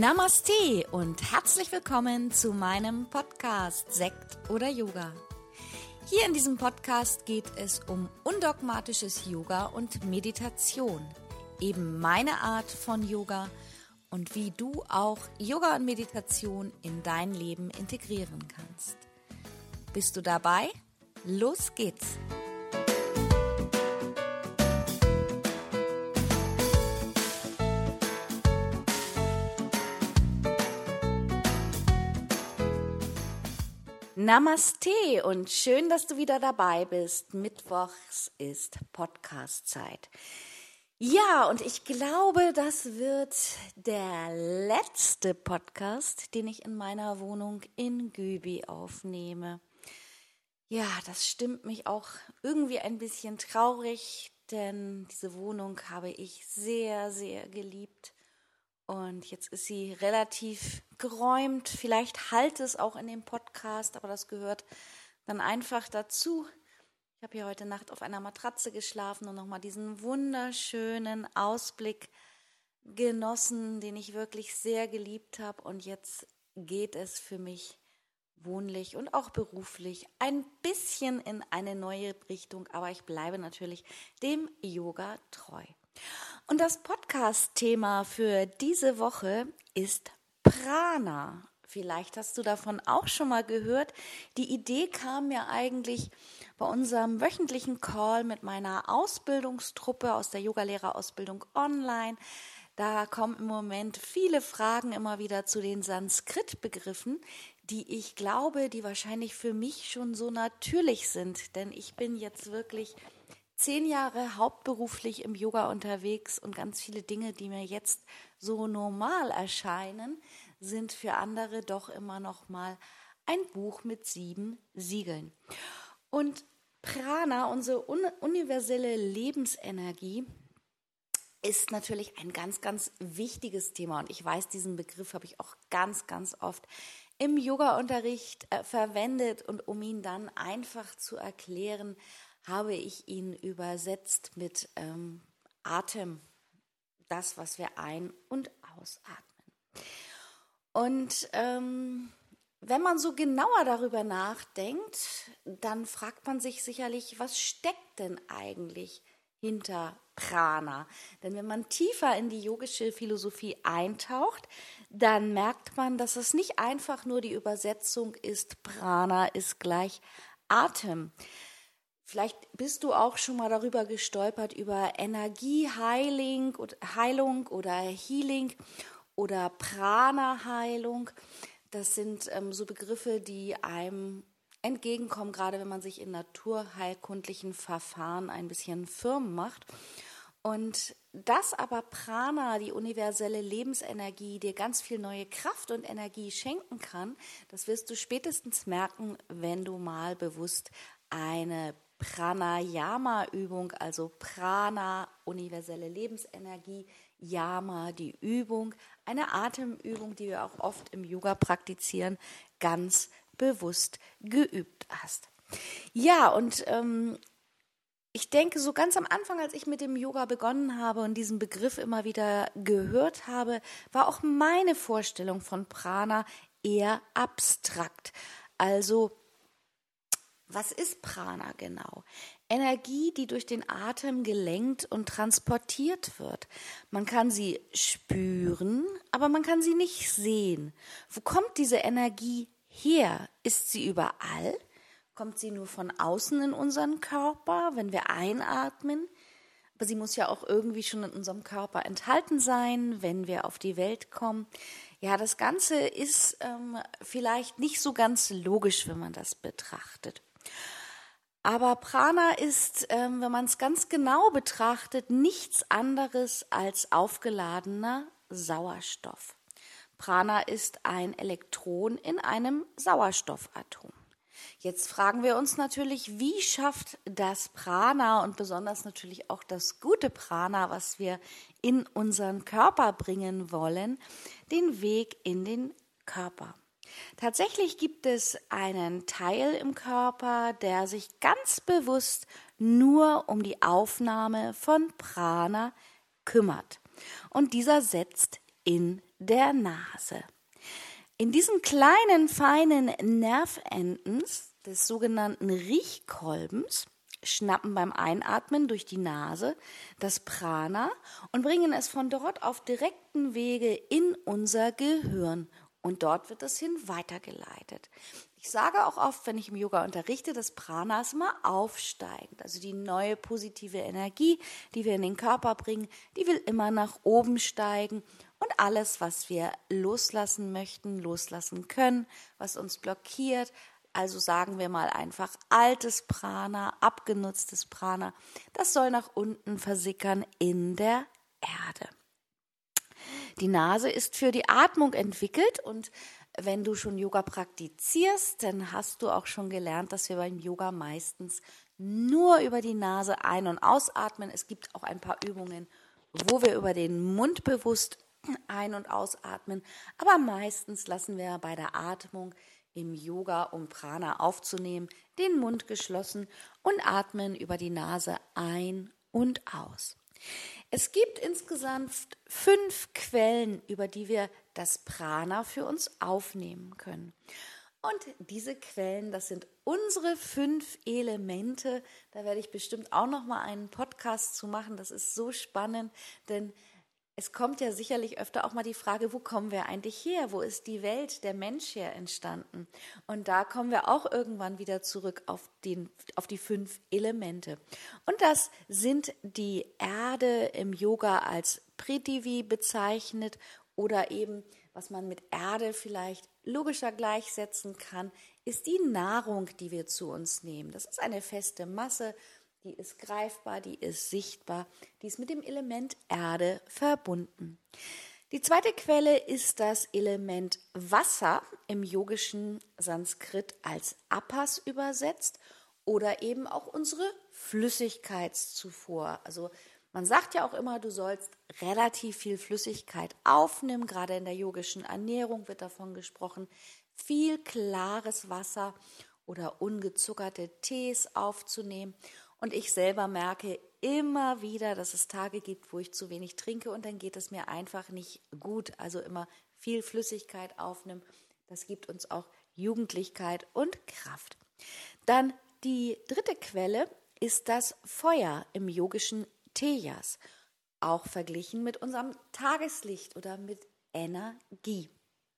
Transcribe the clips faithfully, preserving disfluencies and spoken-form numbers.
Namaste und herzlich willkommen zu meinem Podcast Sekt oder Yoga. Hier in diesem Podcast geht es um undogmatisches Yoga und Meditation, eben meine Art von Yoga und wie du auch Yoga und Meditation in dein Leben integrieren kannst. Bist du dabei? Los geht's! Namaste und schön, dass du wieder dabei bist. Mittwochs ist Podcast-Zeit. Ja, und ich glaube, das wird der letzte Podcast, den ich in meiner Wohnung in Göbi aufnehme. Ja, das stimmt mich auch irgendwie ein bisschen traurig, denn diese Wohnung habe ich sehr, sehr geliebt. Und jetzt ist sie relativ geräumt. Vielleicht hallt es auch in dem Podcast, aber das gehört dann einfach dazu. Ich habe hier heute Nacht auf einer Matratze geschlafen und nochmal diesen wunderschönen Ausblick genossen, den ich wirklich sehr geliebt habe. Und jetzt geht es für mich wohnlich und auch beruflich ein bisschen in eine neue Richtung, aber ich bleibe natürlich dem Yoga treu. Und das Podcast-Thema für diese Woche ist Prana. Vielleicht hast du davon auch schon mal gehört. Die Idee kam mir eigentlich bei unserem wöchentlichen Call mit meiner Ausbildungstruppe aus der Yogalehrerausbildung online. Da kommen im Moment viele Fragen immer wieder zu den Sanskrit-Begriffen, die ich glaube, die wahrscheinlich für mich schon so natürlich sind. Denn ich bin jetzt wirklich zehn Jahre hauptberuflich im Yoga unterwegs und ganz viele Dinge, die mir jetzt so normal erscheinen, sind für andere doch immer noch mal ein Buch mit sieben Siegeln. Und Prana, unsere un- universelle Lebensenergie, ist natürlich ein ganz, ganz wichtiges Thema. Und ich weiß, diesen Begriff habe ich auch ganz, ganz oft im Yoga-Unterricht äh, verwendet. Und um ihn dann einfach zu erklären, habe ich ihn übersetzt mit ähm, Atem, das, was wir ein- und ausatmen. Und ähm, wenn man so genauer darüber nachdenkt, dann fragt man sich sicherlich, was steckt denn eigentlich hinter Prana? Denn wenn man tiefer in die yogische Philosophie eintaucht, dann merkt man, dass es nicht einfach nur die Übersetzung ist, Prana ist gleich Atem. Vielleicht bist du auch schon mal darüber gestolpert, über Energieheilung Heilung oder Healing oder Prana-Heilung. Das sind ähm, so Begriffe, die einem entgegenkommen, gerade wenn man sich in naturheilkundlichen Verfahren ein bisschen firm macht. Und dass aber Prana, die universelle Lebensenergie, dir ganz viel neue Kraft und Energie schenken kann, das wirst du spätestens merken, wenn du mal bewusst eine Pranayama-Übung, also Prana, universelle Lebensenergie, Yama, die Übung, eine Atemübung, die wir auch oft im Yoga praktizieren, ganz bewusst geübt hast. Ja, und ähm, ich denke, so ganz am Anfang, als ich mit dem Yoga begonnen habe und diesen Begriff immer wieder gehört habe, war auch meine Vorstellung von Prana eher abstrakt. Also, was ist Prana genau? Energie, die durch den Atem gelenkt und transportiert wird. Man kann sie spüren, aber man kann sie nicht sehen. Wo kommt diese Energie her? Ist sie überall? Kommt sie nur von außen in unseren Körper, wenn wir einatmen? Aber sie muss ja auch irgendwie schon in unserem Körper enthalten sein, wenn wir auf die Welt kommen. Ja, das Ganze ist ähm, vielleicht nicht so ganz logisch, wenn man das betrachtet. Aber Prana ist, ähm, wenn man es ganz genau betrachtet, nichts anderes als aufgeladener Sauerstoff. Prana ist ein Elektron in einem Sauerstoffatom. Jetzt fragen wir uns natürlich, wie schafft das Prana und besonders natürlich auch das gute Prana, was wir in unseren Körper bringen wollen, den Weg in den Körper? Tatsächlich gibt es einen Teil im Körper, der sich ganz bewusst nur um die Aufnahme von Prana kümmert. Und dieser setzt in der Nase. In diesen kleinen, feinen Nervenden des sogenannten Riechkolbens schnappen beim Einatmen durch die Nase das Prana und bringen es von dort auf direkten Wege in unser Gehirn. Und dort wird es hin weitergeleitet. Ich sage auch oft, wenn ich im Yoga unterrichte, das Prana ist immer aufsteigend. Also die neue positive Energie, die wir in den Körper bringen, die will immer nach oben steigen. Und alles, was wir loslassen möchten, loslassen können, was uns blockiert, also sagen wir mal einfach altes Prana, abgenutztes Prana, das soll nach unten versickern in der Erde. Die Nase ist für die Atmung entwickelt und wenn du schon Yoga praktizierst, dann hast du auch schon gelernt, dass wir beim Yoga meistens nur über die Nase ein- und ausatmen. Es gibt auch ein paar Übungen, wo wir über den Mund bewusst ein- und ausatmen, aber meistens lassen wir bei der Atmung im Yoga, um Prana aufzunehmen, den Mund geschlossen und atmen über die Nase ein und aus. Es gibt insgesamt fünf Quellen, über die wir das Prana für uns aufnehmen können. Und diese Quellen, das sind unsere fünf Elemente. Da werde ich bestimmt auch noch mal einen Podcast zu machen. Das ist so spannend, denn es kommt ja sicherlich öfter auch mal die Frage, wo kommen wir eigentlich her? Wo ist die Welt, der Mensch her entstanden? Und da kommen wir auch irgendwann wieder zurück auf, den, auf die fünf Elemente. Und das sind die Erde im Yoga als Prithvi bezeichnet oder eben, was man mit Erde vielleicht logischer gleichsetzen kann, ist die Nahrung, die wir zu uns nehmen. Das ist eine feste Masse, die ist greifbar, die ist sichtbar, die ist mit dem Element Erde verbunden. Die zweite Quelle ist das Element Wasser, im yogischen Sanskrit als Apas übersetzt oder eben auch unsere Flüssigkeitszufuhr. Also man sagt ja auch immer, du sollst relativ viel Flüssigkeit aufnehmen, gerade in der yogischen Ernährung wird davon gesprochen, viel klares Wasser oder ungezuckerte Tees aufzunehmen. Und ich selber merke immer wieder, dass es Tage gibt, wo ich zu wenig trinke und dann geht es mir einfach nicht gut. Also immer viel Flüssigkeit aufnehmen. Das gibt uns auch Jugendlichkeit und Kraft. Dann die dritte Quelle ist das Feuer im yogischen Tejas, auch verglichen mit unserem Tageslicht oder mit Energie.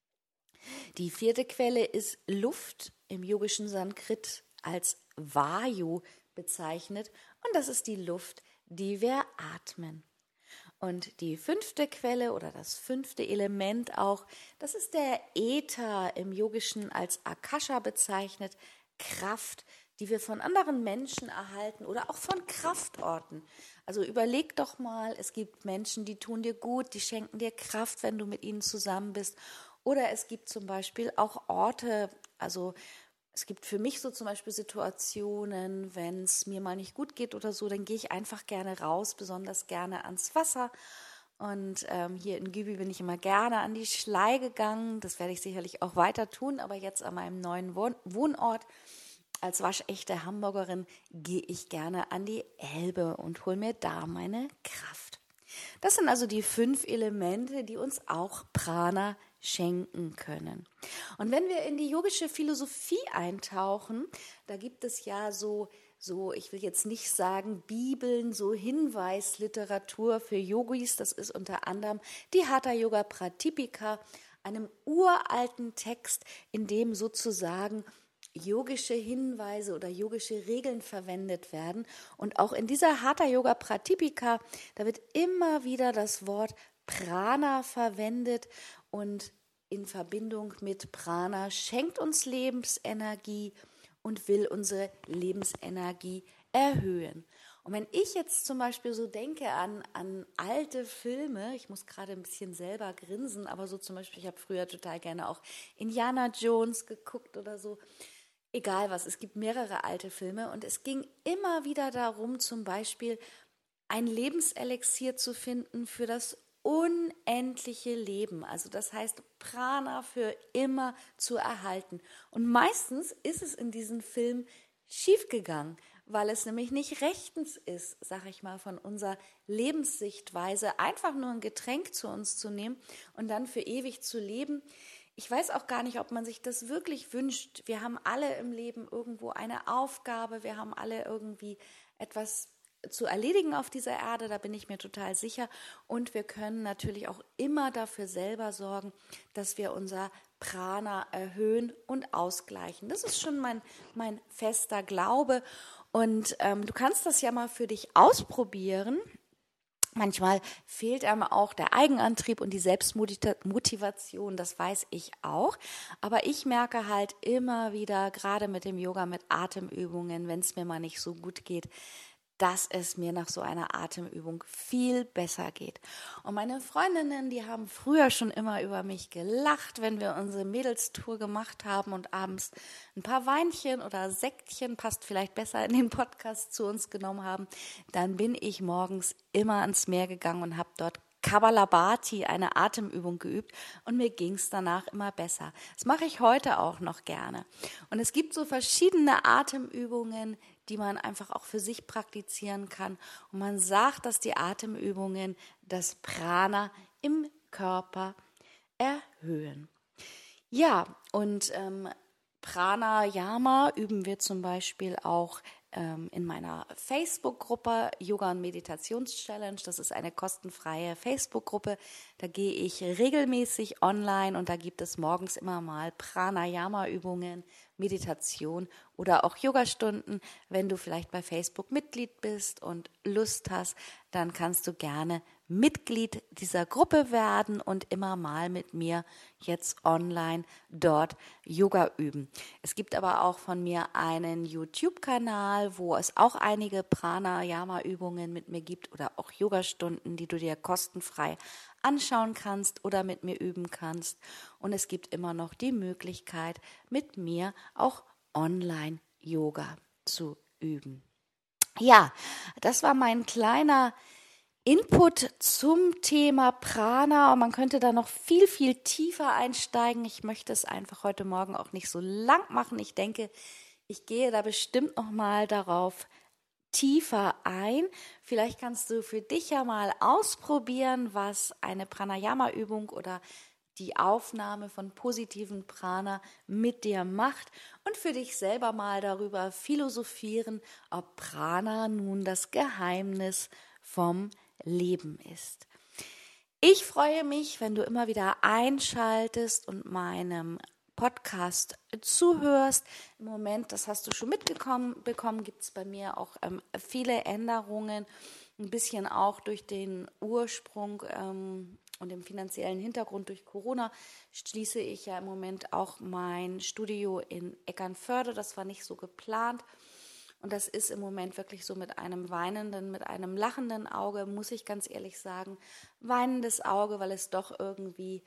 Die vierte Quelle ist Luft im yogischen Sanskrit als Vayu bezeichnet und das ist die Luft, die wir atmen. Und die fünfte Quelle oder das fünfte Element auch, das ist der Äther im Yogischen als Akasha bezeichnet, Kraft, die wir von anderen Menschen erhalten oder auch von Kraftorten. Also überleg doch mal, es gibt Menschen, die tun dir gut, die schenken dir Kraft, wenn du mit ihnen zusammen bist. Oder es gibt zum Beispiel auch Orte, also es gibt für mich so zum Beispiel Situationen, wenn es mir mal nicht gut geht oder so, dann gehe ich einfach gerne raus, besonders gerne ans Wasser. Und ähm, hier in Gübi bin ich immer gerne an die Schlei gegangen. Das werde ich sicherlich auch weiter tun, aber jetzt an meinem neuen Wohn- Wohnort als waschechte Hamburgerin gehe ich gerne an die Elbe und hole mir da meine Kraft. Das sind also die fünf Elemente, die uns auch Prana schenken können. Und wenn wir in die yogische Philosophie eintauchen, da gibt es ja so, so, ich will jetzt nicht sagen Bibeln, so Hinweisliteratur für Yogis. Das ist unter anderem die Hatha Yoga Pratipika, einem uralten Text, in dem sozusagen yogische Hinweise oder yogische Regeln verwendet werden. Und auch in dieser Hatha Yoga Pratipika, da wird immer wieder das Wort Prana verwendet und in Verbindung mit Prana schenkt uns Lebensenergie und will unsere Lebensenergie erhöhen. Und wenn ich jetzt zum Beispiel so denke an, an alte Filme, ich muss gerade ein bisschen selber grinsen, aber so zum Beispiel, ich habe früher total gerne auch Indiana Jones geguckt oder so, egal was, es gibt mehrere alte Filme und es ging immer wieder darum, zum Beispiel ein Lebenselixier zu finden für das unendliche Leben. Also das heißt, Prana für immer zu erhalten. Und meistens ist es in diesen Filmen schiefgegangen, weil es nämlich nicht rechtens ist, sag ich mal, von unserer Lebenssichtweise einfach nur ein Getränk zu uns zu nehmen und dann für ewig zu leben. Ich weiß auch gar nicht, ob man sich das wirklich wünscht. Wir haben alle im Leben irgendwo eine Aufgabe, wir haben alle irgendwie etwas zu erledigen auf dieser Erde, da bin ich mir total sicher. Und wir können natürlich auch immer dafür selber sorgen, dass wir unser Prana erhöhen und ausgleichen. Das ist schon mein, mein fester Glaube. Und ähm, du kannst das ja mal für dich ausprobieren. Manchmal fehlt einem auch der Eigenantrieb und die Selbstmotivation, das weiß ich auch. Aber ich merke halt immer wieder, gerade mit dem Yoga, mit Atemübungen, wenn es mir mal nicht so gut geht, dass es mir nach so einer Atemübung viel besser geht. Und meine Freundinnen, die haben früher schon immer über mich gelacht, wenn wir unsere Mädelstour gemacht haben und abends ein paar Weinchen oder Sektchen, passt vielleicht besser in den Podcast, zu uns genommen haben. Dann bin ich morgens immer ans Meer gegangen und habe dort Kapalabhati, eine Atemübung geübt, und mir ging es danach immer besser. Das mache ich heute auch noch gerne. Und es gibt so verschiedene Atemübungen, die man einfach auch für sich praktizieren kann. Und man sagt, dass die Atemübungen das Prana im Körper erhöhen. Ja, und ähm, Pranayama üben wir zum Beispiel auch ähm, in meiner Facebook-Gruppe Yoga- und Meditations-Challenge. Das ist eine kostenfreie Facebook-Gruppe. Da gehe ich regelmäßig online und da gibt es morgens immer mal Pranayama-Übungen, Meditation oder auch Yogastunden. Wenn du vielleicht bei Facebook Mitglied bist und Lust hast, dann kannst du gerne Mitglied dieser Gruppe werden und immer mal mit mir jetzt online dort Yoga üben. Es gibt aber auch von mir einen YouTube-Kanal, wo es auch einige Pranayama-Übungen mit mir gibt oder auch Yogastunden, die du dir kostenfrei anschauen kannst oder mit mir üben kannst. Und es gibt immer noch die Möglichkeit, mit mir auch Online-Yoga zu üben. Ja, das war mein kleiner Input zum Thema Prana, und man könnte da noch viel, viel tiefer einsteigen. Ich möchte es einfach heute Morgen auch nicht so lang machen. Ich denke, ich gehe da bestimmt noch mal darauf tiefer ein. Vielleicht kannst du für dich ja mal ausprobieren, was eine Pranayama-Übung oder die Aufnahme von positiven Prana mit dir macht und für dich selber mal darüber philosophieren, ob Prana nun das Geheimnis vom Leben ist. Ich freue mich, wenn du immer wieder einschaltest und meinem Podcast zuhörst. Im Moment, das hast du schon mitbekommen, bekommen, gibt es bei mir auch ähm, viele Änderungen, ein bisschen auch durch den Ursprung ähm, und dem finanziellen Hintergrund durch Corona schließe ich ja im Moment auch mein Studio in Eckernförde. Das war nicht so geplant. Und das ist im Moment wirklich so mit einem weinenden, mit einem lachenden Auge, muss ich ganz ehrlich sagen. Weinendes Auge, weil es doch irgendwie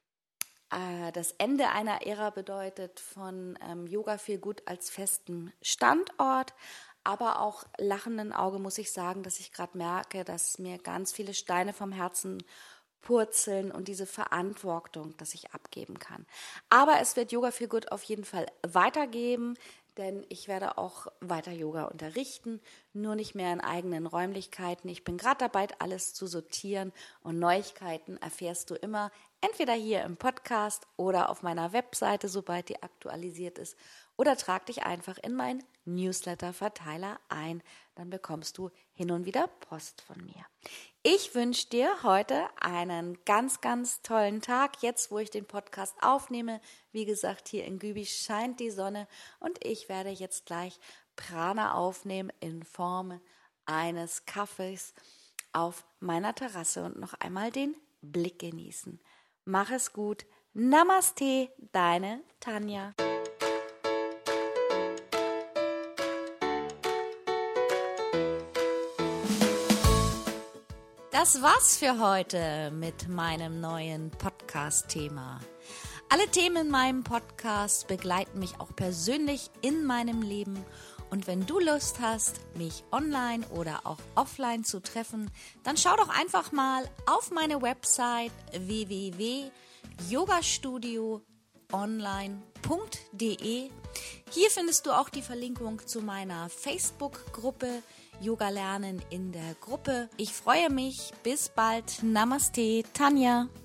äh, das Ende einer Ära bedeutet von ähm, Yoga Feel Good als festem Standort. Aber auch lachenden Auge muss ich sagen, dass ich gerade merke, dass mir ganz viele Steine vom Herzen purzeln und diese Verantwortung, dass ich abgeben kann. Aber es wird Yoga Feel Good auf jeden Fall weitergeben, denn ich werde auch weiter Yoga unterrichten, nur nicht mehr in eigenen Räumlichkeiten. Ich bin gerade dabei, alles zu sortieren, und Neuigkeiten erfährst du immer entweder hier im Podcast oder auf meiner Webseite, sobald die aktualisiert ist, oder trag dich einfach in meinen Newsletter-Verteiler ein. Dann bekommst du hin und wieder Post von mir. Ich wünsche dir heute einen ganz, ganz tollen Tag. Jetzt, wo ich den Podcast aufnehme, wie gesagt, hier in Gübig scheint die Sonne und ich werde jetzt gleich Prana aufnehmen in Form eines Kaffees auf meiner Terrasse und noch einmal den Blick genießen. Mach es gut. Namaste, deine Tanja. Das war's für heute mit meinem neuen Podcast-Thema. Alle Themen in meinem Podcast begleiten mich auch persönlich in meinem Leben. Und wenn du Lust hast, mich online oder auch offline zu treffen, dann schau doch einfach mal auf meine Website w w w punkt yogastudio online punkt de. Hier findest du auch die Verlinkung zu meiner Facebook-Gruppe Yoga lernen in der Gruppe. Ich freue mich. Bis bald. Namaste, Tanja.